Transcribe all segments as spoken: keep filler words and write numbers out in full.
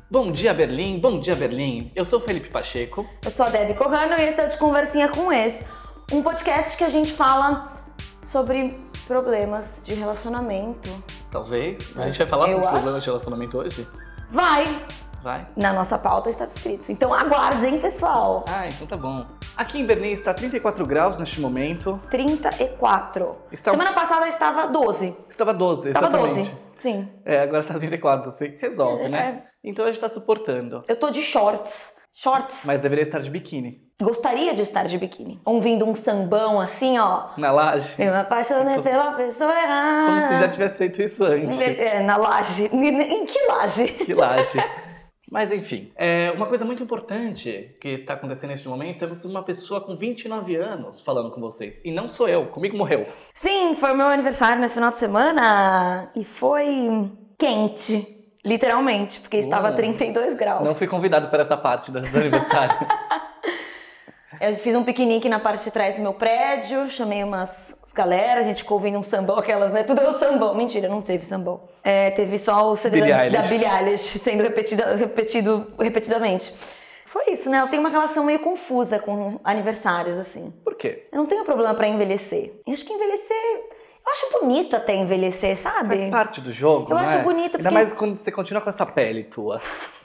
Bom dia, Berlim. Bom dia, Berlim. Eu sou o Felipe Pacheco. Eu sou a Debbie Corrano e esse é o De Conversinha com Esse, um podcast que a gente fala sobre problemas de relacionamento. Talvez. A gente vai falar Eu sobre acho. problemas de relacionamento hoje? Vai! Vai. Na nossa pauta está escrito. Então aguarde, hein, pessoal? Ah, então tá bom. Aqui em Berlim está trinta e quatro graus neste momento. trinta e quatro. Está- Semana passada estava doze. Estava doze, Estava exatamente. doze, sim. É, agora tá trinta e quatro, assim, resolve, né? Então a gente tá suportando. Eu tô de shorts. Shorts. Mas deveria estar de biquíni. Gostaria de estar de biquíni. Ouvindo um sambão assim, ó. Na laje. Eu me apaixonei pela pessoa errada. Como se já tivesse feito isso antes. É, na laje. Em que laje? Que laje. Mas enfim, é, uma coisa muito importante que está acontecendo neste momento, temos uma pessoa com vinte e nove anos falando com vocês. E não sou eu, comigo morreu. Sim, foi o meu aniversário nesse final de semana e foi quente, literalmente, porque estava Uh, trinta e dois graus. Não fui convidado para essa parte do do aniversário. Eu fiz um piquenique na parte de trás do meu prédio, chamei umas, umas galera, a gente ficou ouvindo um sambão, aquelas, né? Tudo é o sambão. Mentira, não teve sambão. É, teve só o C D Billie da, Eilish. da Billie Eilish sendo repetida, repetido repetidamente. Foi isso, né? Eu tenho uma relação meio confusa com aniversários, assim. Por quê? Eu não tenho problema pra envelhecer. Eu acho que envelhecer... Eu acho bonito até envelhecer, sabe? Faz parte do jogo, Eu não acho é? bonito Ainda porque- mais quando você continua com essa pele tua.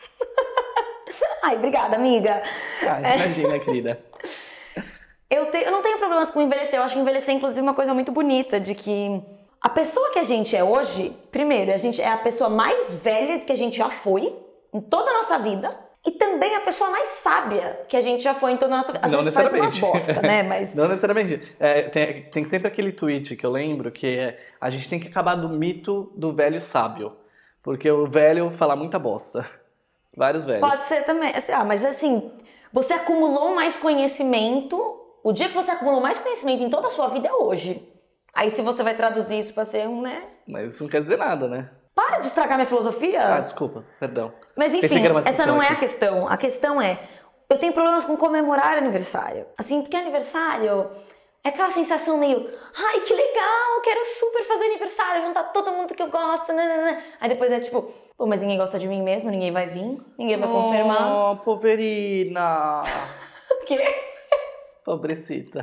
Ai, obrigada, amiga. Ah, imagina, querida. Eu, te, eu não tenho problemas com envelhecer. Eu acho que envelhecer, inclusive, é uma coisa muito bonita, de que a pessoa que a gente é hoje, primeiro, a gente é a pessoa mais velha que a gente já foi em toda a nossa vida e também a pessoa mais sábia que a gente já foi em toda a nossa vida. Às Não vezes faz umas necessariamente. bosta, né? Mas Não necessariamente. É, tem, tem sempre aquele tweet que eu lembro que é a gente tem que acabar do mito do velho sábio. Porque o velho fala muita bosta. Vários velhos. pode ser também. assim, Ah, mas assim, você acumulou mais conhecimento. O dia que você acumulou mais conhecimento em toda a sua vida é hoje. Aí se você vai traduzir isso pra ser um, né? Mas isso não quer dizer nada, né? Para de estragar minha filosofia. Ah, desculpa, perdão. Mas Pensei enfim, que era uma essa discussão não é a aqui. questão. A questão é, eu tenho problemas com comemorar aniversário. Assim, porque aniversário é aquela sensação meio, ai, que legal, quero super fazer aniversário, juntar todo mundo que eu gosto, nanana. Aí depois é tipo, pô, mas ninguém gosta de mim mesmo, ninguém vai vir, ninguém vai confirmar. Oh, poverina. O quê? Pobrecita.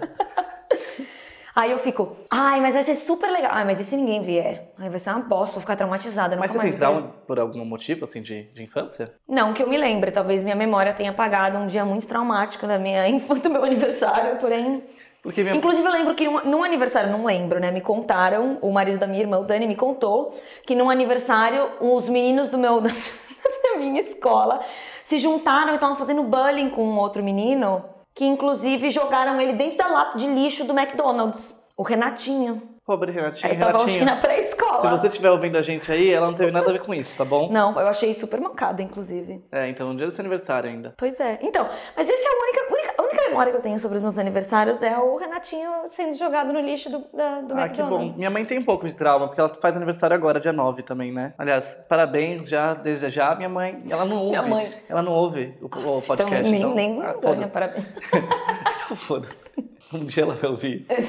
Aí eu fico, ai, mas vai ser super legal. Ai, mas e se ninguém vier? Ai, vai ser uma bosta, vou ficar traumatizada. Mas nunca você mais tem vou querer. trauma por algum motivo, assim, de, de infância? Não que eu me lembre, talvez minha memória tenha apagado um dia muito traumático da minha infância, do meu aniversário, porém... Porque minha... Inclusive eu lembro que num, num aniversário, não lembro, né, me contaram, o marido da minha irmã, o Dani, me contou que num aniversário os meninos do meu, da minha escola se juntaram e estavam fazendo bullying com um outro menino, que inclusive jogaram ele dentro da lata de lixo do McDonald's, o Renatinho. Pobre Renatinha. Ele tava, acho que, Renatinho, na pré-escola. se você estiver ouvindo a gente aí, ela não teve nada a ver com isso, tá bom? Não, eu achei super mancada, inclusive. É, então, no dia do seu aniversário ainda. Pois é. Então, mas essa é a única, única, a única memória que eu tenho sobre os meus aniversários é o Renatinho sendo jogado no lixo do, da, do Ah, que bom. McDonald's. Minha mãe tem um pouco de trauma, porque ela faz aniversário agora, dia nove também, né? Aliás, parabéns já, desde já. Minha mãe, ela não ouve. Minha mãe. Ela não ouve o, o podcast. Então, nem, então, nem ah, ganha, foda-se. parabéns. Então, foda-se. Um dia ela vai ouvir isso.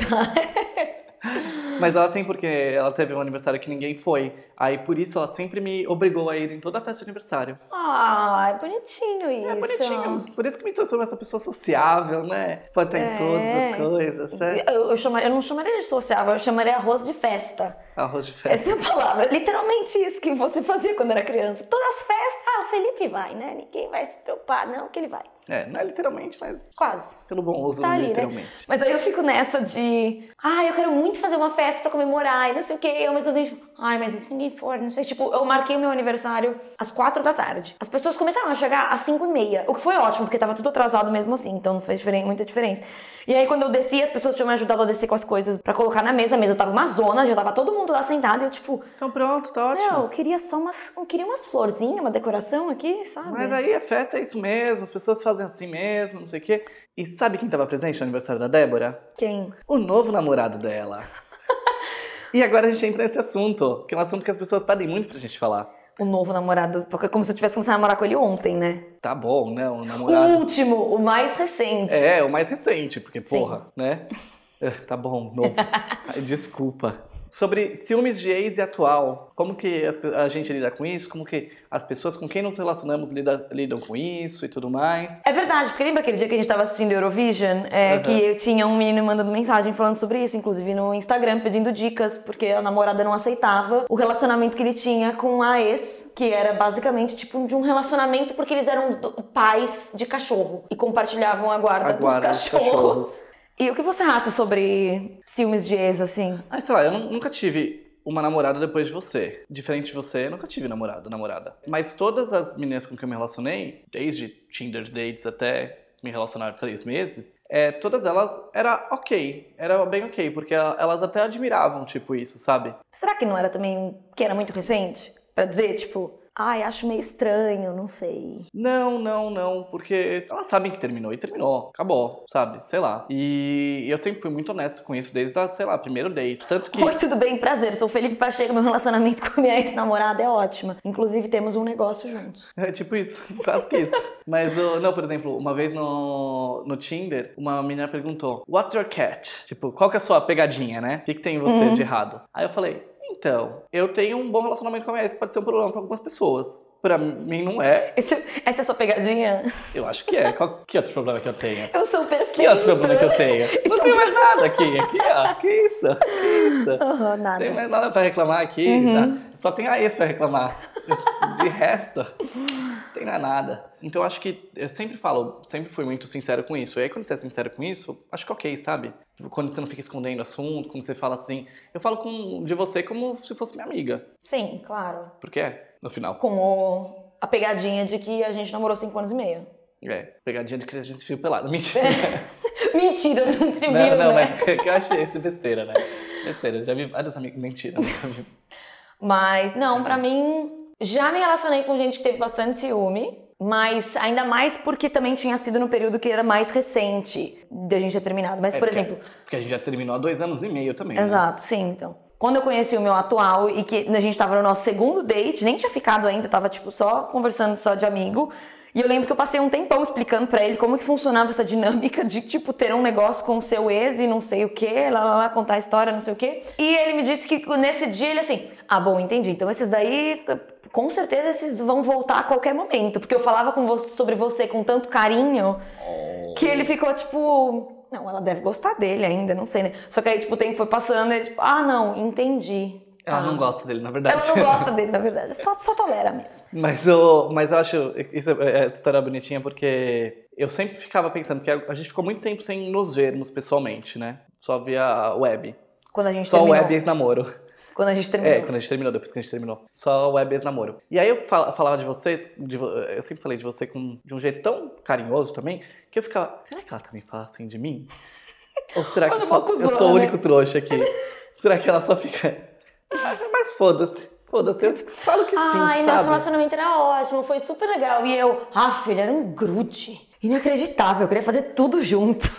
Mas ela tem porque ela teve um aniversário que ninguém foi. Aí por isso ela sempre me obrigou a ir em toda a festa de aniversário. Ah, é bonitinho isso. É bonitinho. Por isso que me transforma essa pessoa sociável, né? Pode estar em É. todas as coisas, certo? Eu, eu, chamaria, eu não chamaria de sociável, eu chamaria arroz de festa. Arroz de festa. Essa é a palavra. Literalmente isso que você fazia quando era criança. Todas as festas, ah, o Felipe vai, né? Ninguém vai se preocupar, não, que ele vai. É, não é literalmente, mas Quase. pelo bom uso, Tá ali, literalmente. né? Mas aí eu fico nessa de, ai, eu quero muito fazer uma festa pra comemorar e não sei o que, eu mesmo tempo, ai, mas e se ninguém for, não sei, tipo, eu marquei o meu aniversário às quatro da tarde. As pessoas começaram a chegar às cinco e meia, o que foi ótimo, porque tava tudo atrasado mesmo assim, então não fez diferen- muita diferença. E aí quando eu desci, as pessoas tinham me ajudado a descer com as coisas pra colocar na mesa, a mesa tava uma zona, já tava todo mundo lá sentado, e eu tipo, Então pronto, tá ótimo. meu, eu queria só umas, eu queria umas florzinhas, uma decoração aqui, sabe? Mas aí a festa é isso mesmo, as pessoas fazem assim mesmo, não sei o quê. E sabe quem tava presente no aniversário da Débora? Quem? O novo namorado dela. E agora a gente entra nesse assunto, que é um assunto que as pessoas pedem muito pra gente falar. O novo namorado, porque é como se eu tivesse começado a namorar com ele ontem, né? Tá bom, né? O O namorado. último, o mais recente. É, o mais recente, porque, Sim. porra, né? É, tá bom, novo. Ai, desculpa. Sobre ciúmes de ex e atual, como que as pe- a gente lida com isso? Como que as pessoas com quem nos relacionamos lida- lidam com isso e tudo mais? É verdade, porque lembra aquele dia que a gente tava assistindo Eurovision? É, Uhum. que eu tinha um menino mandando mensagem falando sobre isso, inclusive no Instagram, pedindo dicas, porque a namorada não aceitava o relacionamento que ele tinha com a ex, que era basicamente tipo de um relacionamento porque eles eram do- pais de cachorro e compartilhavam a guarda, A guarda dos dos cachorros. cachorros. E o que você acha sobre ciúmes de ex, assim? Ah, sei lá, eu nu- nunca tive uma namorada depois de você. Diferente de você, eu nunca tive namorado, namorada. Mas todas as meninas com quem eu me relacionei, desde Tinder dates até me relacionar por três meses, é, todas elas era ok, era bem ok, porque a- elas até admiravam, tipo, isso, sabe? Será que não era também que era muito recente? Pra dizer, tipo, ai, acho meio estranho, não sei. Não, não, não, porque elas sabem que terminou e terminou, acabou, sabe? Sei lá. E eu sempre fui muito honesto com isso desde a, sei lá, primeiro date. Tanto que. Oi, tudo bem? Prazer. Sou o Felipe Pacheco. Meu relacionamento com a minha ex-namorada é ótima. Inclusive, temos um negócio juntos. É tipo isso, quase que isso. Mas, uh, não, por exemplo, uma vez no, no Tinder, uma menina perguntou: What's your cat? Tipo, qual que é a sua pegadinha, né? O que, que tem em você Uhum. de errado? Aí eu falei: Então, eu tenho um bom relacionamento com a minha ex, que pode ser um problema pra algumas pessoas. Pra mim não é. Esse- essa é a sua pegadinha? Eu acho que é. Qual, que outro problema que eu tenho? Eu sou perfeita. Que outro problema que eu tenho? Isso Não é tenho um- mais nada aqui. Aqui, ó. Que isso? Que isso? Aham, Não nada. tem mais nada pra reclamar aqui. Uhum. Tá? Só tem a ex pra reclamar. De resto, não tem mais nada. Então eu acho que eu sempre falo, sempre fui muito sincero com isso. E aí quando você é sincero com isso, acho que ok, sabe? Quando você não fica escondendo assunto, quando você fala assim. Eu falo com, de você como se fosse minha amiga. Sim, claro. Porque é, no final. Com o- a pegadinha de que a gente namorou cinco anos e meio. É, pegadinha de que a gente se viu pelado. Mentira. Mentira, não se viu, Não, não, né? mas que eu achei esse besteira, né? Besteira, já vi vários amigos. Mentira, nunca vi. Mas, não, pra mim, já me relacionei com gente que teve bastante ciúme, mas ainda mais porque também tinha sido no período que era mais recente da gente ter terminado. Mas, É, por porque- exemplo, Porque a gente já terminou há dois anos e meio também. né? exato, sim, então. Quando eu conheci o meu atual e que a gente tava no nosso segundo date, nem tinha ficado ainda, tava tipo só conversando só de amigo. E eu lembro que eu passei um tempão explicando pra ele como que funcionava essa dinâmica de, tipo, ter um negócio com o seu ex e não sei o quê, lá, lá, lá, contar a história, não sei o quê. E ele me disse que nesse dia ele assim, ah, bom, entendi. Então esses daí, com certeza esses vão voltar a qualquer momento. Porque eu falava com você, sobre você com tanto carinho que ele ficou tipo... Não, ela deve gostar dele ainda, não sei, né? Só que aí, tipo, o tempo foi passando e ele, tipo, ah, não, entendi. Ela Tá. não gosta dele, na verdade. Ela não gosta dele, na verdade. Só, só tolera mesmo. Mas eu, mas eu acho isso, essa história bonitinha porque eu sempre ficava pensando, porque a gente ficou muito tempo sem nos vermos pessoalmente, né? Só via web. Quando a gente Só terminou. web ex-namoro. Quando a gente terminou. É, quando a gente terminou, depois que a gente terminou. Só web ex-namoro. E aí eu fal- falava de vocês, de vo- eu sempre falei de você com, de um jeito tão carinhoso também, que eu ficava, será que ela também fala assim de mim? Ou será que Olha, eu, só, uma eu sou o cuzona, único né? trouxa aqui? Será que ela só fica... Ah, mas foda-se, foda-se, eu falo que sim, Ai, nosso sabe? relacionamento era ótimo, foi super legal. E eu, ah, filha, era um grude. Inacreditável, eu queria fazer tudo junto.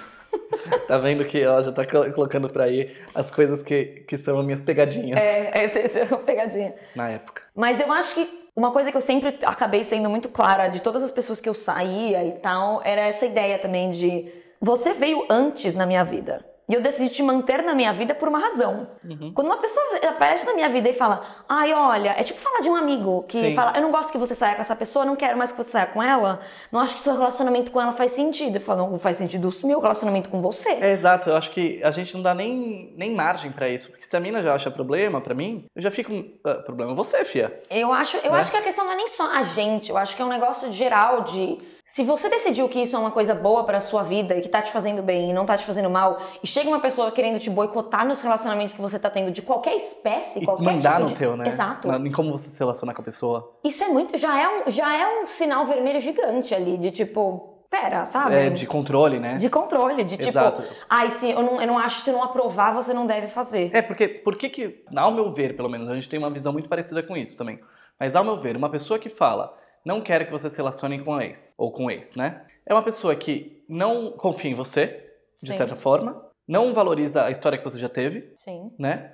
Tá vendo que ela já tá colo- colocando pra aí as coisas que, que são as minhas pegadinhas É, essa essa é uma pegadinha. na época. Mas eu acho que uma coisa que eu sempre acabei sendo muito clara de todas as pessoas que eu saía e tal, era essa ideia também de você veio antes na minha vida. E eu decidi te manter na minha vida por uma razão. Uhum. Quando uma pessoa aparece na minha vida e fala, ai, olha, é tipo falar de um amigo que Sim. fala, eu não gosto que você saia com essa pessoa, não quero mais que você saia com ela, não acho que seu relacionamento com ela faz sentido. Eu falo, não faz sentido o meu relacionamento com você. É exato, eu acho que a gente não dá nem, nem margem pra isso, porque se a mina já acha problema pra mim, eu já fico, ah, problema é você, fia. Eu acho, eu Né? acho que a questão não é nem só a gente, eu acho que é um negócio geral de... Se você decidiu que isso é uma coisa boa pra sua vida e que tá te fazendo bem e não tá te fazendo mal, e chega uma pessoa querendo te boicotar nos relacionamentos que você tá tendo de qualquer espécie, E qualquer mandar tipo no de... teu, né? Exato. Na- Em como você se relaciona com a pessoa. Isso é muito... Já é um, já é um sinal vermelho gigante ali, de tipo... Pera, sabe? É, de controle, né? De controle, de tipo... Exato. Ai, se eu não, eu não acho que se não aprovar, você não deve fazer. É, porque, por que que, ao meu ver, pelo menos, a gente tem uma visão muito parecida com isso também. Mas, ao meu ver, uma pessoa que fala, não quero que você se relacione com ex, ou com ex, né? É uma pessoa que não confia em você, de Sim. certa forma, não valoriza a história que você já teve, Sim. né?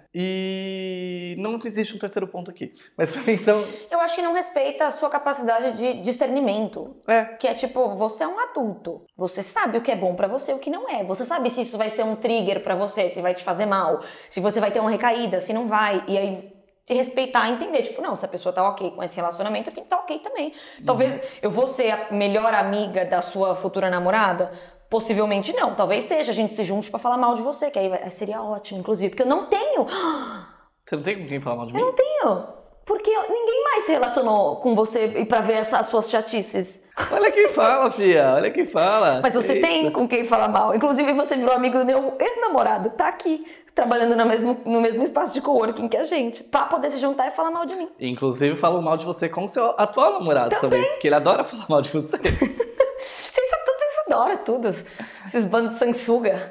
E não existe um terceiro ponto aqui. Mas pra mim são... Eu acho que não respeita a sua capacidade de discernimento. É. Que é tipo, você é um adulto. Você sabe o que é bom pra você e o que não é. Você sabe se isso vai ser um trigger pra você, se vai te fazer mal, se você vai ter uma recaída, se não vai. E aí, te respeitar e entender. Tipo, não, se a pessoa tá ok com esse relacionamento, eu tenho que estar ok também. Talvez eu vou ser a melhor amiga da sua futura namorada. Possivelmente não, talvez seja, a gente se junte pra falar mal de você, que aí vai- seria ótimo, inclusive, porque eu não tenho, Você não tem com quem falar mal de mim? eu não tenho, porque eu- ninguém mais se relacionou com você e pra ver essa- as suas chatices, Olha quem fala, fia. Olha quem fala. mas você Eita. tem com quem falar mal, inclusive você virou amigo do meu ex-namorado, tá aqui, trabalhando no mesmo, no mesmo espaço de coworking que a gente, pra poder se juntar e falar mal de mim. Inclusive, falam mal de você com o seu atual namorado também. Porque ele adora falar mal de você. Vocês são todos, vocês adoram tudo, esses bandos de sanguessuga.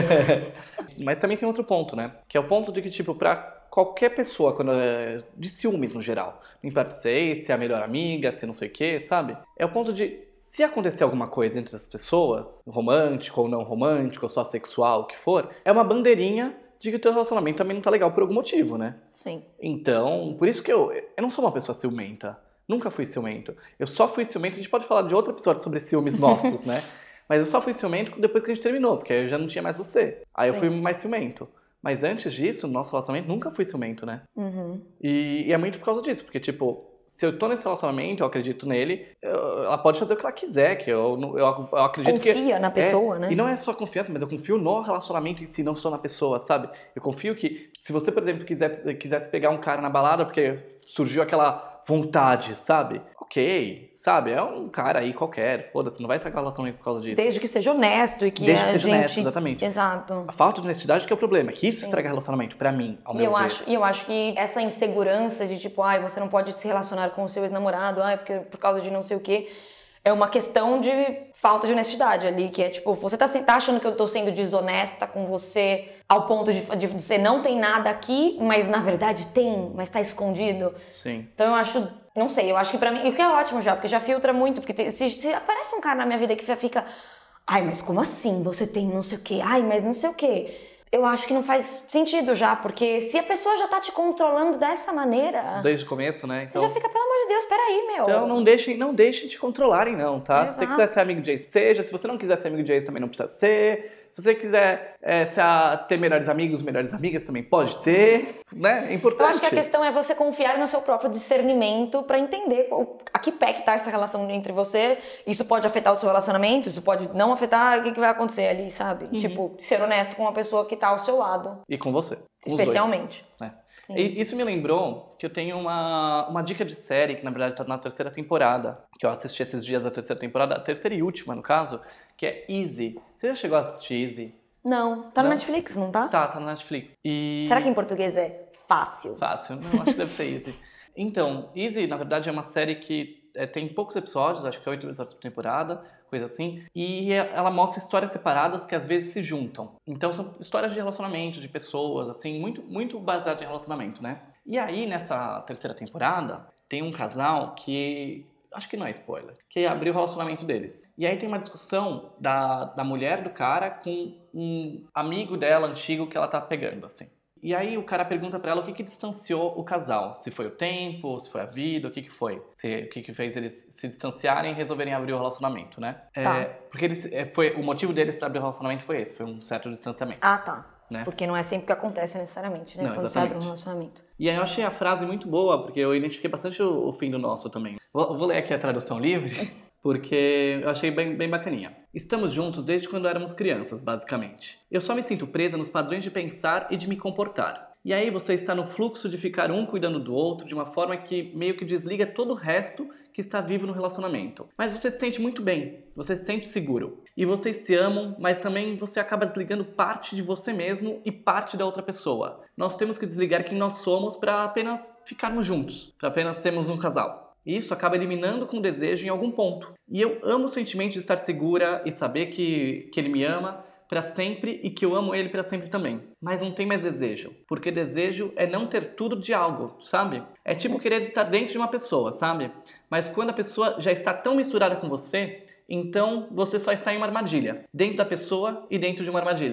Mas também tem outro ponto, né? Que é o ponto de que, tipo, pra qualquer pessoa, quando é de ciúmes no geral, não importa se é ex, se é a melhor amiga, se é não sei o quê, sabe? É o ponto de, se acontecer alguma coisa entre as pessoas, romântico ou não romântico, ou só sexual, o que for, é uma bandeirinha de que o teu relacionamento também não tá legal por algum motivo, né? Sim. Então, por isso que eu, eu não sou uma pessoa ciumenta. Nunca fui ciumento. Eu só fui ciumento, a gente pode falar de outro episódio sobre ciúmes nossos, né? Mas eu só fui ciumento depois que a gente terminou, porque aí eu já não tinha mais você. Aí eu Sim. fui mais ciumento. Mas antes disso, no nosso relacionamento, nunca fui ciumento, né? Uhum. E, e é muito por causa disso, porque, tipo, se eu tô nesse relacionamento, eu acredito nele, eu- ela pode fazer o que ela quiser, que eu, não- eu, eu acredito que... Confia na pessoa, é, né? E não é só confiança, mas eu confio no relacionamento em si, não só na pessoa, sabe? Eu confio que, se você, por exemplo, quiser, quisesse pegar um cara na balada porque surgiu aquela vontade, sabe? Ok, sabe? É um cara aí qualquer, foda-se, não vai estragar o relacionamento por causa disso. Desde que seja honesto e que Desde a que seja gente... honesto, exatamente. Exato. A falta de honestidade que é o problema, que isso estraga relacionamento, pra mim, ao E meu eu, ver. acho, e eu acho que essa insegurança de tipo, ai, você não pode se relacionar com o seu ex-namorado, ai, porque por causa de não sei o quê, é uma questão de falta de honestidade ali, que é tipo, você tá, se- tá achando que eu tô sendo desonesta com você ao ponto de, de dizer não tem nada aqui, mas na verdade tem, mas tá escondido. Sim. Então eu acho, não sei, eu acho que pra mim, e o que é ótimo já, porque já filtra muito, porque tem- se, se aparece um cara na minha vida que já fica, ai, mas como assim você tem não sei o quê, ai, mas não sei o quê. Eu acho que não faz sentido já, porque se a pessoa já tá te controlando dessa maneira, Desde o começo, né? você já fica, pelo amor de Deus, peraí, meu. Então não deixem, não deixem te controlarem, não, tá? Se você Exato. quiser ser amigo de ex, seja. Se você não quiser ser amigo de ex, também não precisa ser. Se você quiser é, ser a- ter melhores amigos, melhores amigas, também pode ter, né? É importante. Eu acho que a questão é você confiar no seu próprio discernimento pra entender o- a que pé que tá essa relação entre você. Isso pode afetar o seu relacionamento, isso pode não afetar, o que, que vai acontecer ali, sabe? Uhum. Tipo, ser honesto com uma pessoa que tá ao seu lado, E com você. com os especialmente. dois, né? Sim. E isso me lembrou que eu tenho uma, uma dica de série, que na verdade tá na terceira temporada, que eu assisti esses dias da terceira temporada, a terceira e última, no caso, que é Easy. Você já chegou a assistir Easy? Não, tá no Não? Netflix, não tá? Tá, tá na Netflix. E... Será que em português é fácil? Fácil, não, acho que deve ser Easy. Então, Easy, na verdade, é uma série que é, tem poucos episódios, acho que é oito episódios por temporada, coisa assim, e é- ela mostra histórias separadas que às vezes se juntam. Então são histórias de relacionamento, de pessoas, assim, muito, muito baseado em relacionamento, né? E aí, nessa terceira temporada, tem um casal que... Acho que não é spoiler. Que abriu o relacionamento deles. E aí tem uma discussão da, da mulher do cara com um amigo dela antigo que ela tá pegando, assim. E aí o cara pergunta pra ela o que que distanciou o casal. Se foi o tempo, se foi a vida, o que que foi. Se, o que que fez eles se distanciarem e resolverem abrir o relacionamento, né? Tá. É, porque eles, é, foi, o motivo deles pra abrir o relacionamento foi esse. Foi um certo distanciamento. Ah, tá. Né? Porque não é sempre que acontece necessariamente, né? Não, Quando você abre um exatamente. relacionamento. E aí eu achei a frase muito boa, porque eu identifiquei bastante o, o fim do nosso também. Vou, vou ler aqui a tradução livre, porque eu achei bem, bem bacaninha. Estamos juntos desde quando éramos crianças, basicamente. Eu só me sinto presa nos padrões de pensar e de me comportar. E aí você está no fluxo de ficar um cuidando do outro de uma forma que meio que desliga todo o resto que está vivo no relacionamento. Mas você se sente muito bem, você se sente seguro. E vocês se amam, mas também você acaba desligando parte de você mesmo e parte da outra pessoa. Nós temos que desligar quem nós somos para apenas ficarmos juntos, para apenas sermos um casal. E isso acaba eliminando com desejo em algum ponto. E eu amo o sentimento de estar segura e saber que, que ele me ama para sempre e que eu amo ele para sempre também. Mas não tem mais desejo, porque desejo é não ter tudo de algo, sabe? É tipo querer estar dentro de uma pessoa, sabe? Mas quando a pessoa já está tão misturada com você, então você só está em uma armadilha, dentro da pessoa e dentro de uma armadilha.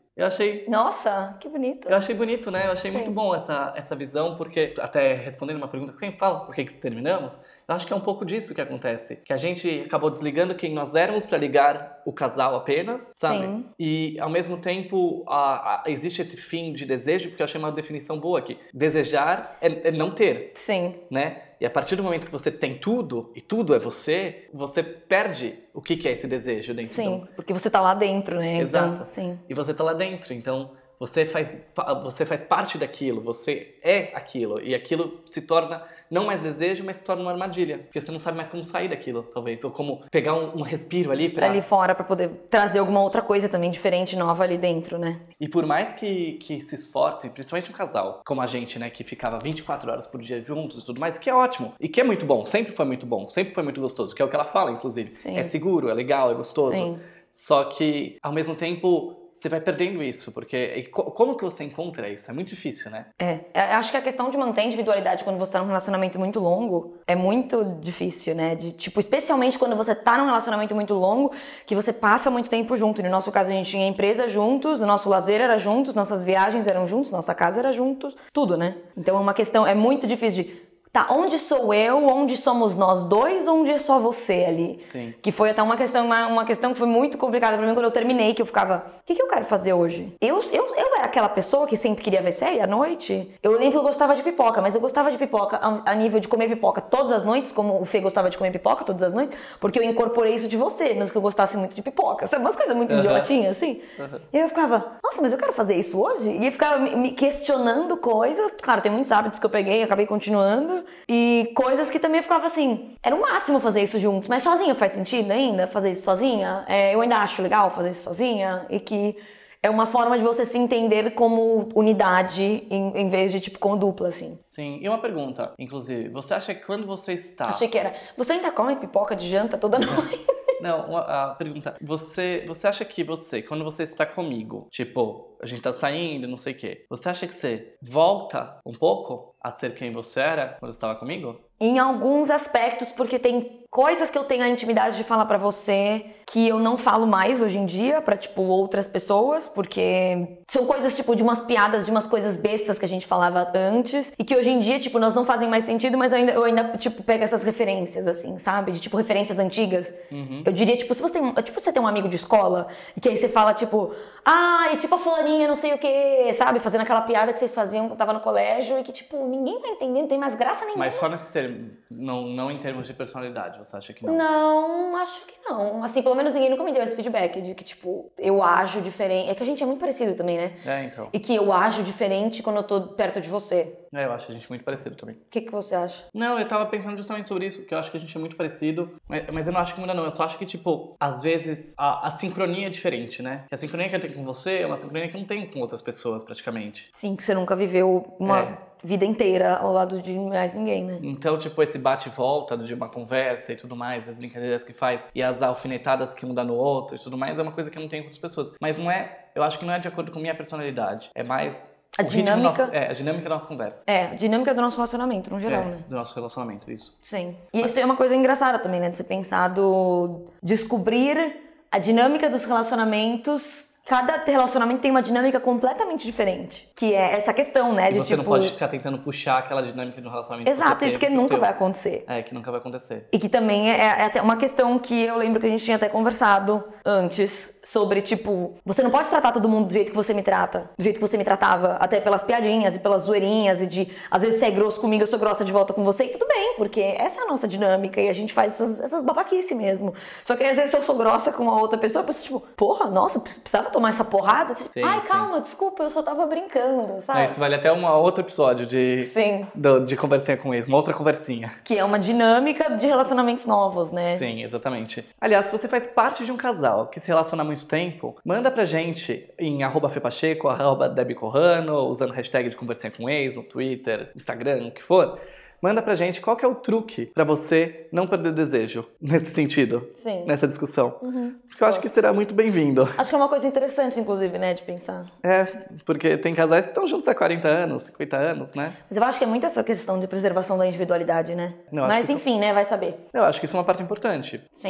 Eu achei... Nossa, que bonito. Eu achei bonito, né? Eu achei Sim. muito bom essa, essa visão, porque, até respondendo uma pergunta que sempre fala, por que que terminamos? Eu acho que é um pouco disso que acontece. Que a gente acabou desligando quem nós éramos pra ligar o casal apenas, sabe? Sim. E, ao mesmo tempo, a, a, existe esse fim de desejo, porque eu achei uma definição boa aqui. Desejar é, é não ter, Sim. né? E a partir do momento que você tem tudo, e tudo é você, você perde o que que é esse desejo dentro Sim, do... porque você tá lá dentro, né? Exato. Então, sim. E você tá lá dentro, então você faz, você faz parte daquilo, você é aquilo. E aquilo se torna não mais desejo, mas se torna uma armadilha. Porque você não sabe mais como sair daquilo, talvez. Ou como pegar um, um respiro ali pra... Ali fora, pra poder trazer alguma outra coisa também diferente, nova ali dentro, né? E por mais que, que se esforce, principalmente um casal, como a gente, né, que ficava vinte e quatro horas por dia juntos e tudo mais, que é ótimo. E que é muito bom, sempre foi muito bom, sempre foi muito gostoso. Que é o que ela fala, inclusive. Sim. É seguro, é legal, é gostoso. Sim. Só que, ao mesmo tempo... Você vai perdendo isso, porque como que você encontra isso? É muito difícil, né? É, eu acho que a questão de manter a individualidade quando você tá num relacionamento muito longo é muito difícil, né? De, tipo, especialmente quando você tá num relacionamento muito longo, que você passa muito tempo junto. No nosso caso, a gente tinha empresa juntos, o nosso lazer era juntos, nossas viagens eram juntos, nossa casa era juntos, tudo, né? Então é uma questão, é muito difícil de... Tá, onde sou eu, onde somos nós dois, onde é só você ali? Sim. Que foi até uma questão, uma, uma questão que foi muito complicada pra mim quando eu terminei, que eu ficava, o que, que eu quero fazer hoje? Eu, eu, eu era aquela pessoa que sempre queria ver série à noite. Eu lembro que eu gostava de pipoca, mas eu gostava de pipoca a, a nível de comer pipoca todas as noites, como o Fê gostava de comer pipoca todas as noites, porque eu incorporei isso de você, mas que eu gostasse muito de pipoca. Sabe, umas coisas muito uhum. idiotinhas, assim. Uhum. E eu ficava, nossa, mas eu quero fazer isso hoje? E eu ficava me, me questionando coisas. Claro, tem muitos hábitos que eu peguei e acabei continuando. E coisas que também eu ficava assim, era o máximo fazer isso juntos, mas sozinha faz sentido ainda fazer isso sozinha? É, eu ainda acho legal fazer isso sozinha e que é uma forma de você se entender como unidade em, em vez de tipo como dupla, assim. Sim, e uma pergunta, inclusive, você acha que quando você está... Achei que era, você ainda come pipoca de janta toda noite? Não, uma, a pergunta, você, você acha que você, quando você está comigo, tipo, a gente tá saindo, não sei o quê, você acha que você volta um pouco a ser quem você era quando estava comigo? Em alguns aspectos, porque tem coisas que eu tenho a intimidade de falar pra você que eu não falo mais hoje em dia pra, tipo, outras pessoas, porque são coisas, tipo, de umas piadas, de umas coisas bestas que a gente falava antes e que hoje em dia, tipo, nós não fazem mais sentido, mas eu ainda, eu ainda tipo, pego essas referências, assim, sabe? De, tipo, referências antigas. Uhum. Eu diria, tipo, se você tem, tipo, você tem um amigo de escola e que aí você fala, tipo, ah, e tipo a fulaninha, não sei o quê, sabe? Fazendo aquela piada que vocês faziam quando tava no colégio e que, tipo, ninguém vai entender, não tem mais graça nenhuma. Mas só nesse termo, não, não em termos de personalidade, você acha que não? Não, acho que não. Assim, pelo menos ninguém nunca me deu esse feedback de que, tipo, eu ajo diferente. É que a gente é muito parecido também, né? É, então. E que eu ajo diferente quando eu tô perto de você. É, eu acho a gente muito parecido também. O que, que você acha? Não, eu tava pensando justamente sobre isso, que eu acho que a gente é muito parecido, mas, mas eu não acho que muda não, eu só acho que, tipo, às vezes a, a sincronia é diferente, né? Que a sincronia que eu tenho com você é uma sincronia que eu não tenho com outras pessoas, praticamente. Sim, que você nunca viveu uma é. vida inteira ao lado de mais ninguém, né? Então, tipo, esse bate e volta de uma conversa e tudo mais, as brincadeiras que faz, e as alfinetadas que um dá no outro e tudo mais, é uma coisa que eu não tenho com outras pessoas. Mas não é, eu acho que não é de acordo com minha personalidade, é mais... A dinâmica... Nosso, é, a dinâmica da nossa conversa. É, a dinâmica do nosso relacionamento, no geral, é, né? do nosso relacionamento, isso. Sim. E Mas... isso é uma coisa engraçada também, né? De você pensar do... Descobrir a dinâmica dos relacionamentos... Cada relacionamento tem uma dinâmica completamente diferente. Que é essa questão, né? E de você tipo... não pode ficar tentando puxar aquela dinâmica de um relacionamento. Exato, e porque nunca vai acontecer. É, que nunca vai acontecer. E que também é, é até uma questão que eu lembro que a gente tinha até conversado antes. Sobre, tipo... Você não pode tratar todo mundo do jeito que você me trata. Do jeito que você me tratava. Até pelas piadinhas e pelas zoeirinhas. E de... Às vezes você é grosso comigo, eu sou grossa de volta com você. E tudo bem, porque essa é a nossa dinâmica. E a gente faz essas, essas babaquices mesmo. Só que às vezes eu sou grossa com a outra pessoa. Eu penso, tipo... Porra, nossa, precisava tomar essa porrada? Sim, Ai, sim. calma, desculpa, eu só tava brincando, sabe? É, isso vale até um outro episódio de, sim. do, de conversinha com ex, uma outra conversinha. Que é uma dinâmica de relacionamentos novos, né? Sim, exatamente. Aliás, se você faz parte de um casal que se relaciona há muito tempo, manda pra gente em arroba fepacheco, arroba debicorrano, usando hashtag de conversinha com ex no Twitter, Instagram, o que for. Manda pra gente qual que é o truque pra você não perder desejo nesse sentido, Sim. nessa discussão. Uhum. Que eu acho que será muito bem-vindo. Acho que é uma coisa interessante, inclusive, né, de pensar. É, porque tem casais que estão juntos há quarenta anos, cinquenta anos, né? Mas eu acho que é muito essa questão de preservação da individualidade, né? Não, Mas isso... enfim, né, vai saber. Eu acho que isso é uma parte importante. Sim.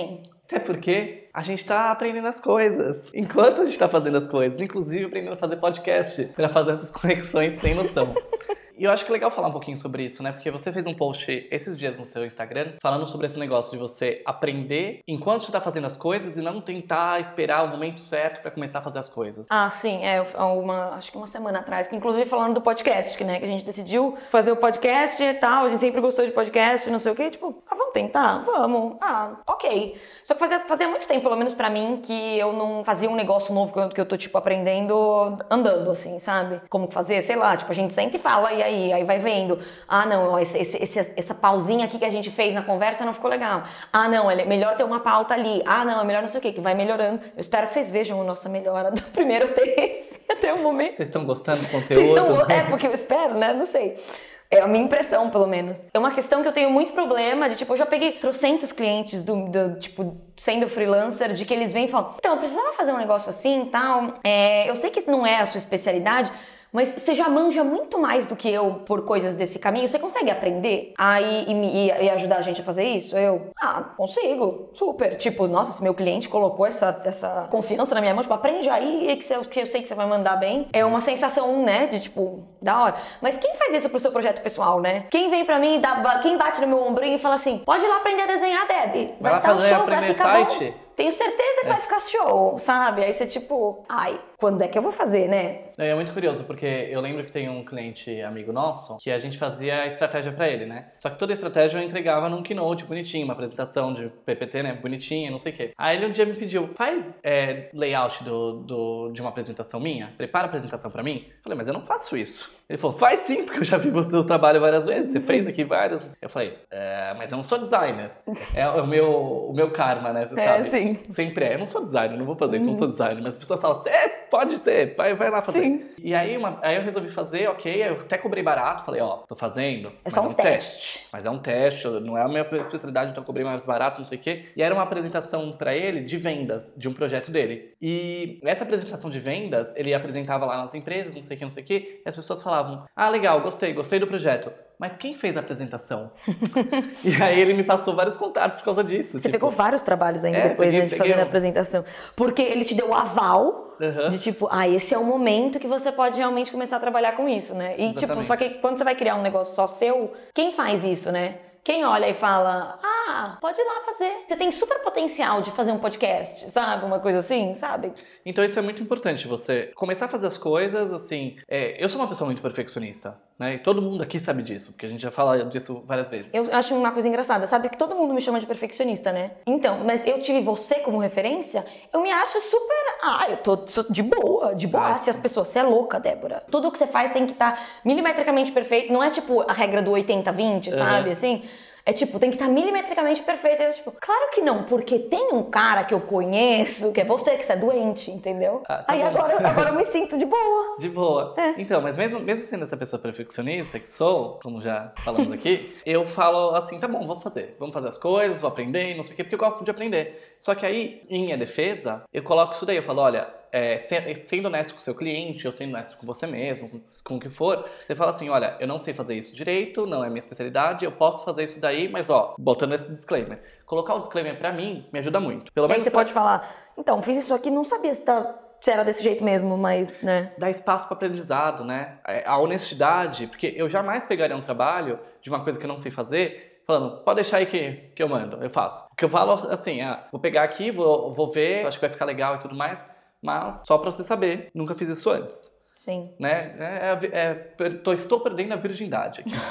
Até porque a gente tá aprendendo as coisas. Enquanto a gente tá fazendo as coisas, inclusive aprendendo a fazer podcast, pra fazer essas conexões sem noção. E eu acho que é legal falar um pouquinho sobre isso, né? Porque você fez um post esses dias no seu Instagram falando sobre esse negócio de você aprender enquanto você tá fazendo as coisas e não tentar esperar o momento certo pra começar a fazer as coisas. Ah, sim. É uma, acho que uma semana atrás, que inclusive falando do podcast, que, né, que a gente decidiu fazer o podcast e tal, a gente sempre gostou de podcast, não sei o quê, tipo, ah, vamos tentar? Vamos. Ah, ok. Só que fazia, fazia muito tempo, pelo menos pra mim, que eu não fazia um negócio novo que eu, que eu tô, tipo, aprendendo andando, assim, sabe? Como que fazer? Sei lá, tipo, a gente senta e fala, e aí Aí, aí vai vendo, ah não, esse, esse, esse, essa pausinha aqui que a gente fez na conversa não ficou legal. Ah não, é melhor ter uma pauta ali. Ah não, é melhor não sei o que, que vai melhorando. Eu espero que vocês vejam a nossa melhora do primeiro texto até o momento. Vocês estão gostando do conteúdo? Vocês estão, é, porque eu espero, né? Não sei. É a minha impressão, pelo menos. É uma questão que eu tenho muito problema de, tipo, eu já peguei trocentos clientes do, do tipo, sendo freelancer, de que eles vêm e falam, então, eu precisava fazer um negócio assim e tal. É, eu sei que não é a sua especialidade, mas você já manja muito mais do que eu por coisas desse caminho. Você consegue aprender aí e, e, e ajudar a gente a fazer isso? Eu, ah, consigo, super. Tipo, nossa, se meu cliente colocou essa, essa confiança na minha mão, tipo, aprende aí que, você, que eu sei que você vai mandar bem. É uma sensação, né, de tipo, da hora. Mas quem faz isso pro seu projeto pessoal, né? Quem vem pra mim, dá, quem bate no meu ombrinho e fala assim, pode ir lá aprender a desenhar, Deb. Vai estar um show, vai ficar site. Bom. Tenho certeza que é. vai ficar show, sabe? Aí você tipo, ai, quando é que eu vou fazer, né? É muito curioso, porque eu lembro que tem um cliente amigo nosso que a gente fazia a estratégia pra ele, né? Só que toda a estratégia eu entregava num keynote bonitinho, uma apresentação de P P T, né? Bonitinha, não sei o quê. Aí ele um dia me pediu, faz é, layout do, do, de uma apresentação minha? Prepara a apresentação pra mim? Eu falei, mas eu não faço isso. Ele falou, faz sim, porque eu já vi o seu trabalho várias vezes, você sim. fez aqui várias. Eu falei, é, mas eu não sou designer. É o meu, o meu karma, né? Você é, sabe? Sim. Sempre é. Eu não sou designer, não vou fazer isso, uhum. não sou designer. Mas as pessoas falam, você pode ser, vai, vai lá fazer. Sim. E aí, uma, aí eu resolvi fazer, ok, eu até cobrei barato, falei, ó, tô fazendo. É só um, é um teste. teste. Mas é um teste, não é a minha especialidade, então eu cobrei mais barato, não sei o quê. E era uma apresentação pra ele de vendas, de um projeto dele. E essa apresentação de vendas, ele apresentava lá nas empresas, não sei o que, não sei o que, e as pessoas falavam, ah, legal, gostei, gostei do projeto. Mas quem fez a apresentação? E aí ele me passou vários contatos por causa disso. Você tipo... pegou vários trabalhos ainda é, depois peguei, né, de fazer um... a apresentação. Porque ele te deu o aval uhum. de tipo, ah, esse é o momento que você pode realmente começar a trabalhar com isso, né? E Exatamente. tipo, só que quando você vai criar um negócio só seu, quem faz isso, né? Quem olha e fala, ah, pode ir lá fazer. Você tem super potencial de fazer um podcast, sabe? Uma coisa assim, sabe? Então isso é muito importante, você começar a fazer as coisas, assim... É, eu sou uma pessoa muito perfeccionista, né? E todo mundo aqui sabe disso, porque a gente já fala disso várias vezes. Eu acho uma coisa engraçada, sabe? Que todo mundo me chama de perfeccionista, né? Então, mas eu tive você como referência, eu me acho super... Ah, eu tô de boa, de boa. Ah, se as pessoas... Você é louca, Débora. Tudo que você faz tem que estar milimetricamente perfeito. Não é tipo a regra do oitenta vinte, sabe? Uhum. Assim... É tipo, tem que estar milimetricamente perfeito. Eu, tipo, claro que não, porque tem um cara que eu conheço, que é você, que você é doente, entendeu? Ah, tá Aí agora, agora eu me sinto de boa. De boa. É. Então, mas mesmo, mesmo sendo essa pessoa perfeccionista que sou, como já falamos aqui, eu falo assim, tá bom, vamos fazer. Vamos fazer as coisas, vou aprender, não sei o quê, porque eu gosto de aprender. Só que aí, em minha defesa, eu coloco isso daí, eu falo, olha... É, sendo honesto com o seu cliente, ou sendo honesto com você mesmo, com, com o que for, você fala assim, olha, eu não sei fazer isso direito, não é minha especialidade, eu posso fazer isso daí, mas ó, botando esse disclaimer. Colocar o disclaimer pra mim me ajuda muito. Pelo e menos aí você pra... pode falar, então, fiz isso aqui, não sabia se, tá, se era desse jeito mesmo, mas, né. Dá espaço para aprendizado, né? A honestidade, porque eu jamais pegaria um trabalho de uma coisa que eu não sei fazer, falando, pode deixar aí que, que eu mando, eu faço. Porque eu falo assim, ah, vou pegar aqui, vou, vou ver, acho que vai ficar legal e tudo mais, mas só pra você saber, nunca fiz isso antes. Sim. Né? É, é, é, tô, estou perdendo a virgindade aqui.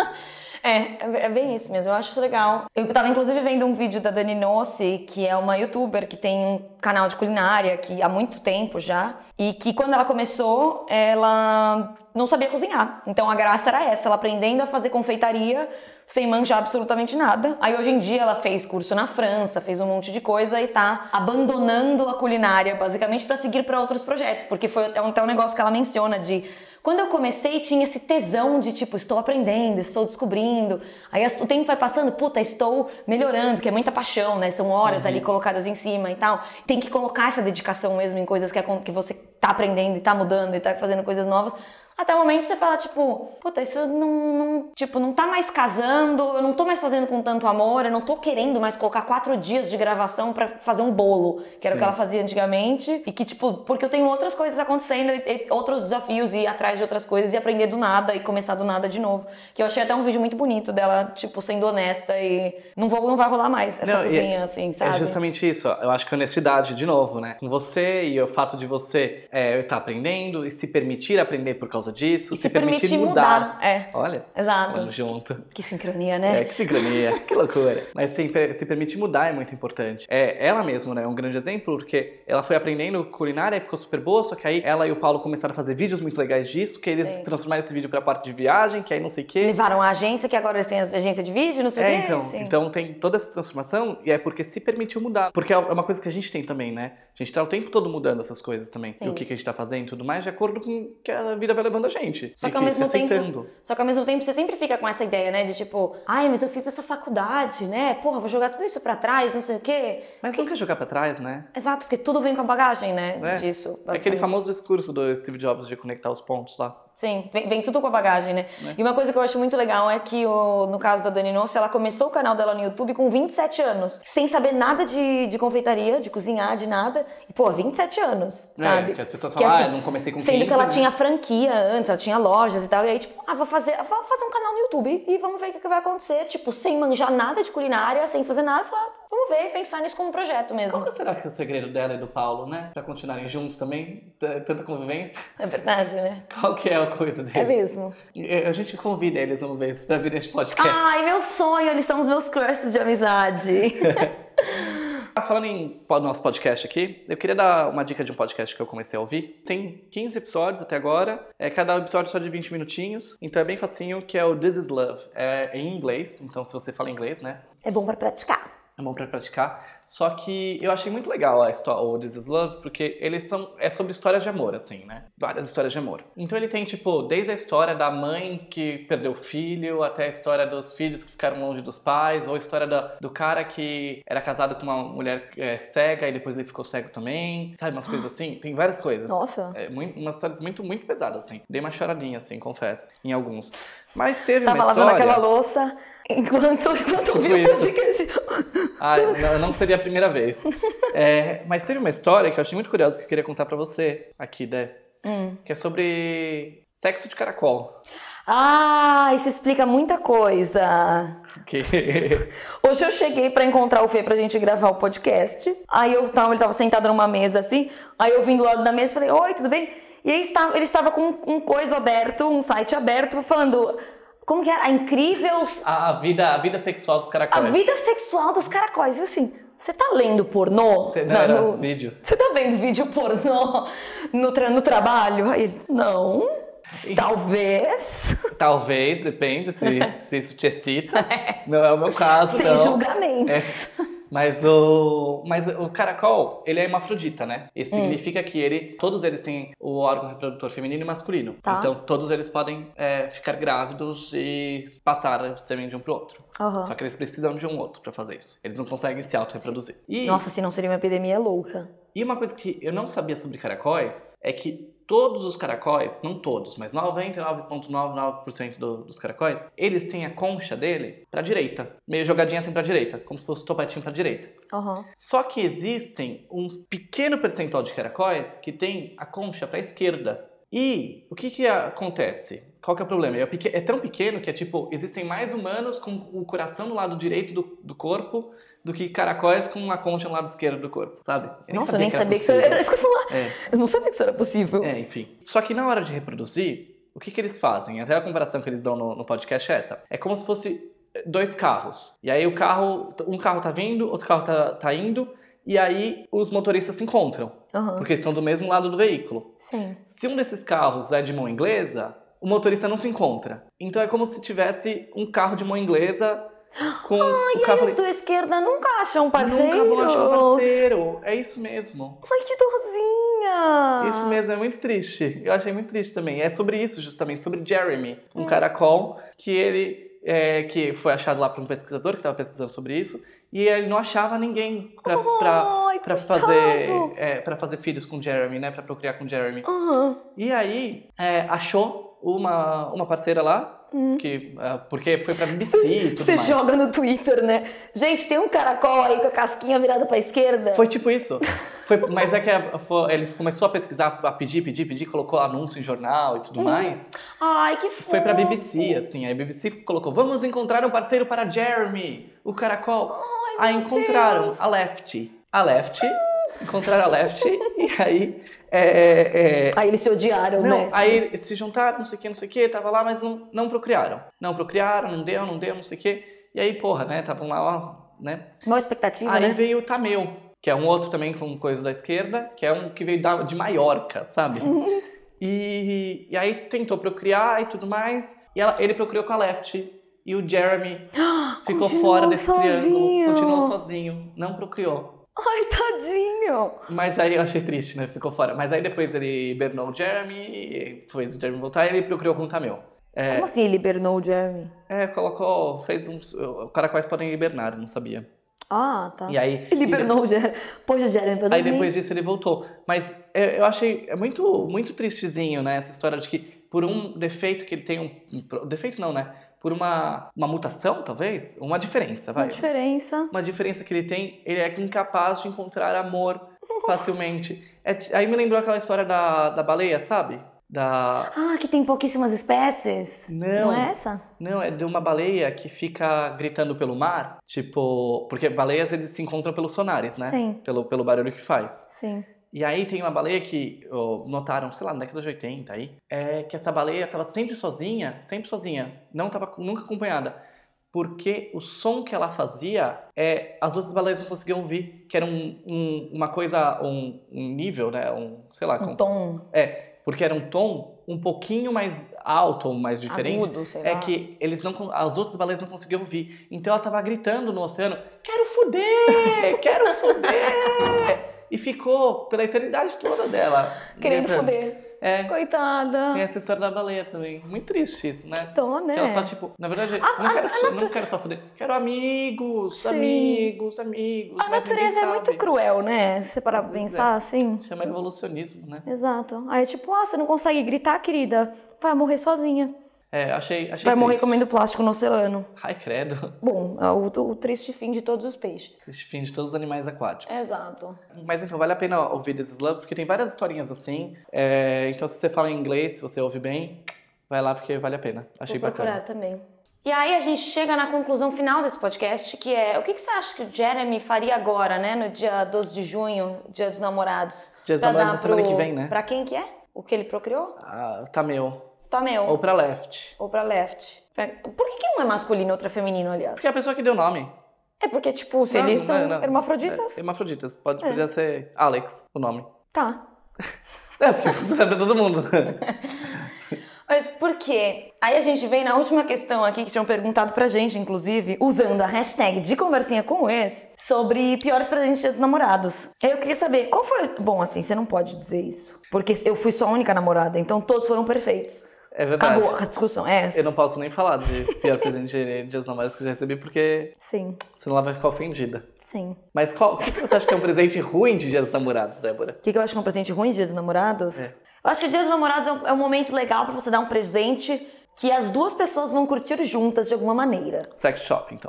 é, é bem isso mesmo, eu acho isso legal. Eu tava inclusive vendo um vídeo da Dani Nossi, que é uma youtuber que tem um canal de culinária que há muito tempo já, e que quando ela começou, ela não sabia cozinhar. Então a graça era essa, ela aprendendo a fazer confeitaria sem manjar absolutamente nada. Aí hoje em dia ela fez curso na França, fez um monte de coisa e tá abandonando a culinária basicamente para seguir para outros projetos, porque foi até um negócio que ela menciona de quando eu comecei tinha esse tesão de tipo, estou aprendendo, estou descobrindo, aí o tempo vai passando, puta, estou melhorando, que é muita paixão, né, são horas uhum. ali colocadas em cima e tal, tem que colocar essa dedicação mesmo em coisas que, é, que você tá aprendendo e tá mudando e tá fazendo coisas novas. Até o momento que você fala, tipo, puta, isso não, não, tipo, não tá mais casando, eu não tô mais fazendo com tanto amor, eu não tô querendo mais colocar quatro dias de gravação pra fazer um bolo, que era Sim. o que ela fazia antigamente, e que, tipo, porque eu tenho outras coisas acontecendo, e, e outros desafios, e ir atrás de outras coisas, e aprender do nada, e começar do nada de novo. Que eu achei até um vídeo muito bonito dela, tipo, sendo honesta, e não, vou, não vai rolar mais essa não, cozinha, é, assim, sabe? É justamente isso, eu acho que honestidade, de novo, né? Com você, e o fato de você é, estar aprendendo, e se permitir aprender por causa disso, e se, se permitir, permitir mudar. mudar. É. Olha, Exato. vamos junto. Que sincronia, né? É, que sincronia, que loucura. Mas se, se permitir mudar é muito importante. É, ela mesma, né, é um grande exemplo, porque ela foi aprendendo culinária e ficou super boa, só que aí ela e o Paulo começaram a fazer vídeos muito legais disso, que eles Sim. transformaram esse vídeo pra parte de viagem, que aí não sei o quê. Levaram a agência, que agora eles têm a agência de vídeo, não sei o é, quê. Então, Sim. então tem toda essa transformação e é porque se permitiu mudar. Porque é uma coisa que a gente tem também, né? A gente tá o tempo todo mudando essas coisas também. Sim. E o que, que a gente tá fazendo e tudo mais, de acordo com o que a vida vai levando a gente. Só que, ao mesmo tempo, só que ao mesmo tempo você sempre fica com essa ideia, né? De tipo, ai, mas eu fiz essa faculdade, né? Porra, vou jogar tudo isso pra trás, não sei o quê. Mas que... não quer jogar pra trás, né? Exato, porque tudo vem com a bagagem, né? É. Disso. É aquele famoso discurso do Steve Jobs de conectar os pontos lá. Sim, vem, vem tudo com a bagagem, né? É. E uma coisa que eu acho muito legal é que, o, no caso da Dani Nossi, ela começou o canal dela no YouTube com vinte e sete anos, sem saber nada de, de confeitaria, de cozinhar, de nada. E, pô, vinte e sete anos, sabe? É, que as pessoas falam, que, assim, ah, eu não comecei com quinze. Sendo que ela né? tinha franquia antes, ela tinha lojas e tal. E aí, tipo, ah, vou fazer, vou fazer um canal no YouTube e vamos ver o que, que vai acontecer. Tipo, sem manjar nada de culinária, sem fazer nada, falar, vamos ver, pensar nisso como projeto mesmo. Qual que será que é o segredo dela e do Paulo, né? Pra continuarem juntos também? T- tanta convivência. É verdade, né? Qual que é a coisa deles? É mesmo. A gente convida eles uma vez pra vir neste podcast. Ai, meu sonho, eles são os meus crushes de amizade. Falando em nosso podcast aqui, eu queria dar uma dica de um podcast que eu comecei a ouvir. Tem quinze episódios até agora, é, cada episódio só de vinte minutinhos, então é bem facinho, que é o This Is Love. É em inglês, então se você fala inglês, né? É bom pra praticar. É bom pra praticar, só que eu achei muito legal a história, o This Is Love, porque eles são, é sobre histórias de amor, assim, né? Várias histórias de amor. Então ele tem, tipo, desde a história da mãe que perdeu o filho, até a história dos filhos que ficaram longe dos pais, ou a história da, do cara que era casado com uma mulher é, cega e depois ele ficou cego também, sabe? Umas coisas assim, tem várias coisas. Nossa. É, muito, umas histórias muito, muito pesadas, assim. Dei uma choradinha, assim, confesso, em alguns. Mas teve Tava uma história... Tava lavando aquela louça enquanto, enquanto tipo ouvia o podcast. Ah, não, não seria a primeira vez. É, mas teve uma história que eu achei muito curiosa que eu queria contar pra você aqui, Dé. Hum. Que é sobre sexo de caracol. Ah, isso explica muita coisa. Que... Hoje eu cheguei pra encontrar o Fê pra gente gravar o podcast. Aí eu tava, ele tava sentado numa mesa assim. Aí eu vim do lado da mesa e falei, oi, tudo bem? E aí ele estava com um coisa aberto, um site aberto, falando... Como que era? A incrível... A, a, vida, a vida sexual dos caracóis. A vida sexual dos caracóis. E assim, você tá lendo pornô? Você, não, não, era no... vídeo. Você tá vendo vídeo pornô no, tra... no trabalho? Aí, não... Talvez. Talvez, depende se, se isso te excita. É. Não é o meu caso, Sem não. Sem julgamentos. É. Mas o, mas o caracol, ele é hermafrodita, né? Isso hum. significa que ele, todos eles têm o órgão reprodutor feminino e masculino. Tá. Então, todos eles podem é, ficar grávidos e passar o sêmen de um pro outro. Uhum. Só que eles precisam de um outro pra fazer isso. Eles não conseguem se auto-reproduzir. E, Nossa, se não seria uma epidemia louca. E uma coisa que eu não sabia sobre caracóis é que todos os caracóis, não todos, mas noventa e nove vírgula noventa e nove por cento do, dos caracóis, eles têm a concha dele pra direita. Meio jogadinha assim pra direita, como se fosse o topetinho pra direita. Uhum. Só que existem um pequeno percentual de caracóis que tem a concha pra esquerda. E o que que acontece? Qual que é o problema? É, pequ- é tão pequeno que é tipo, existem mais humanos com o coração no lado direito do, do corpo do que caracóis com a concha no lado esquerdo do corpo, sabe? Eu Nossa, eu nem nem sabia que isso era, isso que eu ia falar. É. Eu não sabia que isso era possível. É, enfim. Só que na hora de reproduzir, o que que eles fazem? Até a comparação que eles dão no, no podcast é essa. É como se fosse dois carros. E aí o carro, um carro tá vindo, outro carro tá, tá indo, e aí os motoristas se encontram. Uhum. Porque eles estão do mesmo lado do veículo. Sim. Se um desses carros é de mão inglesa, o motorista não se encontra. Então é como se tivesse um carro de mão inglesa com Ai, o carro... e eles do esquerda nunca acham parceiros? Nunca vão achar um parceiro. É isso mesmo. Ai, que dorzinha! Isso mesmo, é muito triste. Eu achei muito triste também. É sobre isso, justamente, sobre Jeremy, um hum. caracol que ele... É, que foi achado lá por um pesquisador que estava pesquisando sobre isso, E ele não achava ninguém pra, Oh, pra, ai, pra, coitado. fazer, é, pra fazer filhos com o Jeremy, né? Pra procriar com o Jeremy. Uhum. E aí, é, achou uma, uma parceira lá, que, é, porque foi pra B B C e tudo Você mais. joga no Twitter, né? Gente, tem um caracol aí com a casquinha virada pra esquerda. Foi tipo isso. Foi, mas é que a- foi- ele começou a pesquisar, a pedir, pedir, pedir, colocou anúncio em jornal e tudo mais. Ai, que fofo. Foi pra B B C, assim. Aí a B B C colocou, vamos encontrar um parceiro para Jeremy, o caracol. Aí encontraram a Lefty. A Lefty, encontraram a Lefty, e aí... é, é, Aí eles se odiaram, não, né? aí eles se juntaram, não sei o que, não sei o que, tava lá, mas não, não procriaram. Não procriaram, não deu, não deu, não sei o que. E aí, porra, né, estavam lá, ó, né? Maior expectativa, Aí né? veio o Tameu, que é um outro também com coisa da esquerda, que é um que veio da, de Maiorca, sabe? e, e aí tentou procriar e tudo mais, e ela- ele procriou com a Lefty. E o Jeremy ficou Continuou fora desse sozinho. triângulo, continuou sozinho, não procriou. Ai, tadinho. Mas aí eu achei triste, né? Ficou fora. Mas aí depois ele hibernou o Jeremy, fez o Jeremy voltar e ele procriou com o Tameu. É, Como assim ele hibernou o Jeremy? é, colocou, fez uns... Os caracóis podem hibernar, não sabia. Ah, tá. E aí... Ele hibernou o Jeremy. Poxa, Jeremy, pra Aí dormir. depois disso ele voltou. Mas é, eu achei é muito, muito tristezinho, né? Essa história de que por um defeito que ele tem um... um defeito não, né? Por uma, uma mutação, talvez? Uma diferença, vai. Uma diferença. Uma diferença que ele tem, ele é incapaz de encontrar amor facilmente. É, aí me lembrou aquela história da, da baleia, sabe? Da... Ah, que tem pouquíssimas espécies? Não. Não é essa? Não, é de uma baleia que fica gritando pelo mar. Tipo, porque baleias eles se encontram pelos sonares, né? Sim. Pelo, pelo barulho que faz. Sim. E aí tem uma baleia que ó, notaram, sei lá, na década de oitenta aí, é que essa baleia tava sempre sozinha, sempre sozinha, não tava nunca acompanhada. Porque o som que ela fazia, é, as outras baleias não conseguiam ouvir, que era um, um- uma coisa, um, um nível, né? Um, sei lá, Um com- tom é, porque era um tom um pouquinho mais alto ou mais diferente. agudo, sei É lá. que eles não, con- as outras baleias não conseguiam ouvir. Então ela tava gritando no oceano: quero fuder! Quero fuder! E ficou pela eternidade toda dela. Querendo gritando. foder. É, Coitada. tem essa história da baleia também. Muito triste isso, né? Dó, né? Que ela tá tipo, na verdade, A- não, a- quero a só, natu- não quero só fuder, quero amigos, Sim. amigos, amigos. A mas ninguém natureza é sabe. muito cruel, né? Se você parar pra Às vezes pensar é. assim. Chama evolucionismo, né? Exato. Aí é tipo, ah, você não consegue gritar, querida. Vai morrer sozinha. É, achei, achei Vai morrer triste. comendo plástico no oceano. Ai, credo. Bom, é o, o triste fim de todos os peixes. Triste fim de todos os animais aquáticos. Exato. Mas então, vale a pena ouvir This Is Love, porque tem várias historinhas assim. É, então, se você fala em inglês, se você ouve bem, vai lá porque vale a pena. Achei Vou procurar bacana. também. E aí a gente chega na conclusão final desse podcast, que é o que, que você acha que o Jeremy faria agora, né? No dia doze de junho, dia dos namorados? Dia dos Pra namorados dar é semana pro- que vem, né? Pra quem que é? O que ele procriou? Ah, tá meu. Tomeu. Ou pra Left. Ou pra Left. Por que, que um é masculino e outro é feminino, aliás? Porque é a pessoa que deu o nome. É porque, tipo, se Não, eles não, são não. hermafroditas. É, hermafroditas. Pode, É. Podia ser Alex, o nome. Tá. É, porque funciona pra todo mundo. Mas por quê? Aí a gente vem na última questão aqui que tinham perguntado pra gente, inclusive, usando a hashtag de conversinha com o ex, sobre piores presentes de Dia dos Namorados. Aí eu queria saber, qual foi... Bom, assim, você não pode dizer isso. Porque eu fui sua única namorada, então todos foram perfeitos. É verdade. Acabou a discussão, é essa. Eu não posso nem falar de pior presente de Dia dos Namorados que eu já recebi, porque Sim, senão ela vai ficar ofendida. sim. Mas qual, o que que você acha que é um presente ruim de Dia dos Namorados, Débora? O que, que eu acho que é um presente ruim de Dia dos Namorados? É. Eu acho que Dia dos Namorados é um, é um momento legal pra você dar um presente que as duas pessoas vão curtir juntas de alguma maneira. Sex shop, então.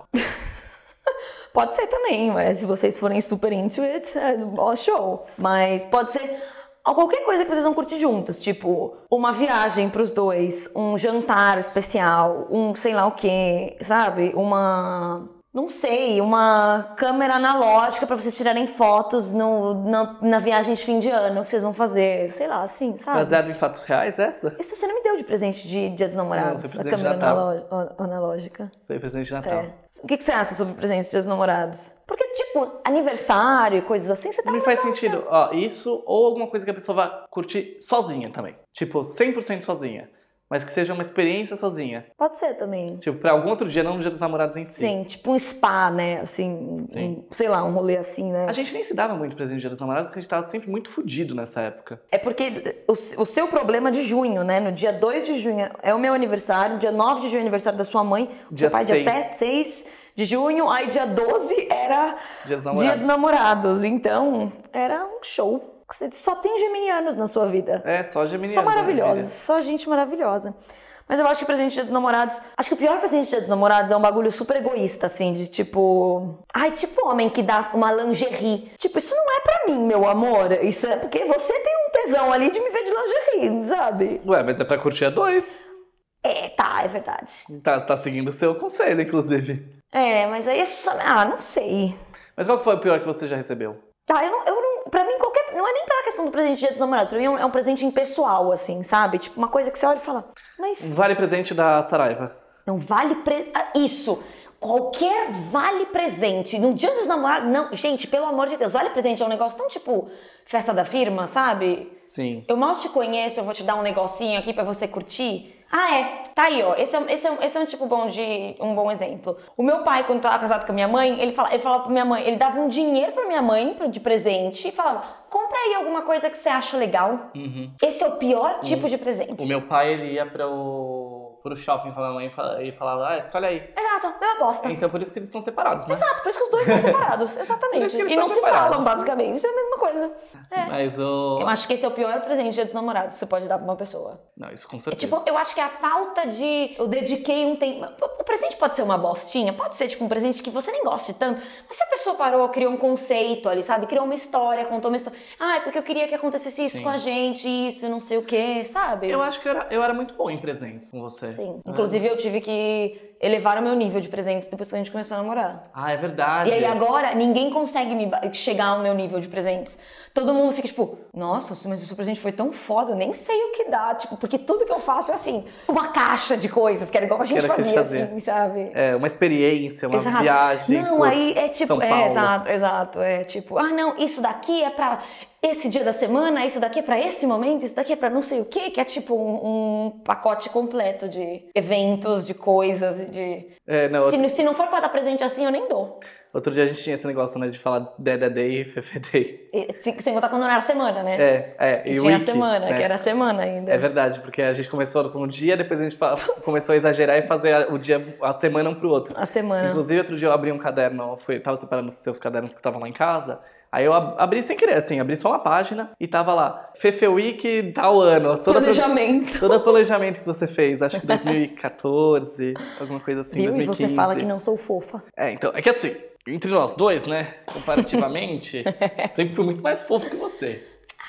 Pode ser também, mas se vocês forem super into it, é ó, show. Mas pode ser qualquer coisa que vocês vão curtir juntos, tipo uma viagem pros dois, um jantar especial, um sei lá o que, sabe? Uma... Não sei, uma câmera analógica pra vocês tirarem fotos no, na, na viagem de fim de ano que vocês vão fazer, sei lá, assim, sabe? Baseado em fatos reais, essa? Isso você não me deu de presente de Dia dos Namorados, Não, foi a presente de câmera Natal. analó- analógica. Foi presente de Natal. É. O que, que você acha sobre presente de Dia dos Namorados? Porque, tipo, aniversário e coisas assim, você tá Não me numa faz relação. sentido. Ó, isso ou alguma coisa que a pessoa vai curtir sozinha também. Tipo, cem por cento sozinha. Mas que seja uma experiência sozinha. Pode ser também. Tipo, pra algum outro dia, não no Dia dos Namorados em si. Sim, tipo um spa, né? Assim, Sim. um- sei lá, um rolê assim, né? A gente nem se dava muito presente no Dia dos Namorados, porque a gente tava sempre muito fudido nessa época. É porque o, o seu problema de junho, né? No dia dois de junho é o meu aniversário, dia nove de junho é aniversário da sua mãe, o Dia seu pai dia seis. sete, seis, de junho, aí dia doze era Dia dos Dia Namorados. dos Namorados. Então, era um show. Você só tem geminianos na sua vida. É, só geminiano. Só maravilhosos, só gente maravilhosa. Mas eu acho que presente de Dia dos Namorados... Acho que o pior presente de Dia dos Namorados é um bagulho super egoísta, assim, de tipo... Ai, tipo homem que dá uma lingerie. Tipo, isso não é pra mim, meu amor. Isso é porque você tem um tesão ali de me ver de lingerie, sabe? Ué, mas é pra curtir a dois. É, tá, é verdade. Tá, tá seguindo o seu conselho, inclusive. É, mas aí é só... Ah, não sei. Mas qual que foi o pior que você já recebeu? Tá, eu não... Eu não pra mim, qualquer... Não é nem pela questão do presente de Dia dos Namorados. Pra mim é um, é um presente impessoal, assim, sabe? Tipo, uma coisa que você olha e fala... Mas... Vale presente da Saraiva. Não, vale... Pre... Ah, isso... Qualquer vale presente. No Dia dos Namorados... Não, gente, pelo amor de Deus. Vale presente é um negócio tão, tipo... Festa da firma, sabe? Sim. Eu mal te conheço, eu vou te dar um negocinho aqui pra você curtir. Ah, é. Tá aí, ó. Esse é, esse é, esse é um tipo bom de... Um bom exemplo. O meu pai, quando tava casado com a minha mãe, ele falava, ele falava pra minha mãe... Ele dava um dinheiro pra minha mãe de presente e falava... Compra aí alguma coisa que você acha legal. Uhum. Esse é o pior tipo uhum. de presente. O meu pai, ele ia pro, pro shopping com a minha mãe e falava... Ah, escolhe aí. Exato. Mesma bosta. Então por isso que eles estão separados, né? Exato. Por isso que os dois estão separados. Exatamente. E não se falam, basicamente. É a mesma coisa. É. Mas o... Eu acho que esse é o pior presente de Dia dos Namorados que você pode dar pra uma pessoa. Não, isso com É certeza. tipo, eu acho que é a falta de... Eu dediquei um tempo... O presente pode ser uma bostinha, pode ser tipo um presente que você nem goste tanto, mas se a pessoa parou, criou um conceito ali, sabe? Criou uma história, contou uma história. Ah, é porque eu queria que acontecesse isso Sim. com a gente, isso, não sei o quê, sabe? Eu acho que eu era, eu era muito bom em presentes com você. Sim. Inclusive, eu tive que elevar o meu nível de presentes depois que a gente começou a namorar. Ah, é verdade. E aí agora, ninguém consegue me chegar ao meu nível de presentes. Todo mundo fica tipo, nossa, mas o seu presente foi tão foda, eu nem sei o que dá. Tipo, porque tudo que eu faço é assim, uma caixa de coisas, que era igual a gente fazia, assim, sabe? É, uma experiência, uma exato. viagem. Não, aí é tipo, São Paulo. é, exato, exato. É tipo, ah não, isso daqui é pra esse dia da semana, isso daqui é pra esse momento, isso daqui é pra não sei o quê, que é tipo um, um pacote completo de eventos, de coisas, de... É, não, se, outro... se não for pra dar presente assim, eu nem dou. Outro dia a gente tinha esse negócio, né, de falar Deda Day e Fefe Day. Sem, sem contar quando não era a semana, né? É, é. Que e tinha wiki, a semana, né? que era a semana ainda. É verdade, porque a gente começou com um dia, depois a gente começou a exagerar e fazer o dia, a semana um pro outro. A semana. Inclusive, outro dia eu abri um caderno, fui, tava separando os seus cadernos que estavam lá em casa. Aí eu abri sem querer, assim, abri só uma página e tava lá, Fefe Week tal ano. Toda planejamento. Pro, todo planejamento que você fez, acho que dois mil e quatorze, alguma coisa assim, Viu? dois mil e quinze. E você fala que não sou fofa. É, então, é que assim, entre nós dois, né, comparativamente, sempre fui muito mais fofo que você.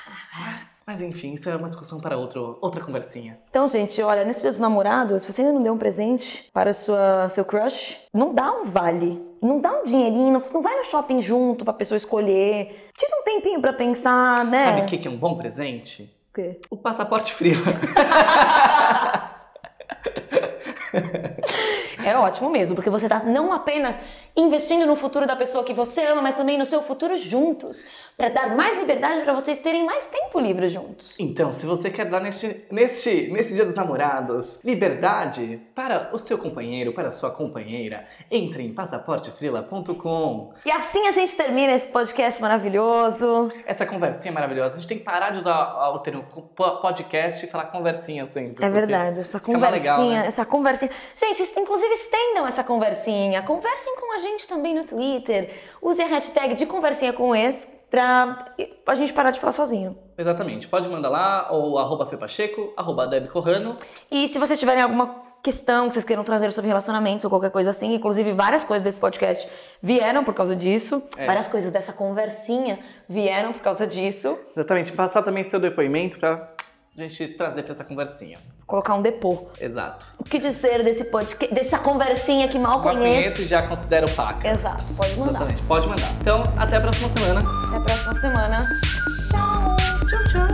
Mas enfim, isso é uma discussão para outro, outra conversinha. Então, gente, olha, nesse Dia dos Namorados, se você ainda não deu um presente para sua, seu crush, não dá um vale. Não dá um dinheirinho, não, não vai no shopping junto pra pessoa escolher. Tira um tempinho pra pensar, né? Sabe o que, que é um bom presente? O quê? O passaporte Frila. É ótimo mesmo, porque você tá não apenas investindo no futuro da pessoa que você ama, mas também no seu futuro juntos, para dar mais liberdade para vocês terem mais tempo livre juntos. Então, se você quer dar neste, neste, nesse Dia dos Namorados liberdade para o seu companheiro, para a sua companheira, entre em passaporte frila ponto com. E assim a gente termina esse podcast maravilhoso. Essa conversinha maravilhosa. A gente tem que parar de usar o termo podcast e falar conversinha sempre. É verdade, essa conversinha, legal, né? essa conversinha. Gente, inclusive estendam essa conversinha. Conversem com a gente também no Twitter. Use a hashtag de conversinha com ex pra a gente parar de falar sozinho. Exatamente. Pode mandar lá, ou arroba fepacheco, arroba Deb Corrano. E se vocês tiverem alguma questão que vocês queiram trazer sobre relacionamentos ou qualquer coisa assim, inclusive várias coisas desse podcast vieram por causa disso, é. Várias coisas dessa conversinha vieram por causa disso. Exatamente. Passar também seu depoimento pra gente trazer pra essa conversinha. Colocar um depô. Exato. O que dizer desse podcast, dessa conversinha que mal conheço. Mal conheço e já considero paca. Exato, pode mandar. Exatamente, pode mandar. Então, até a próxima semana. Até a próxima semana. Tchau. Tchau, tchau.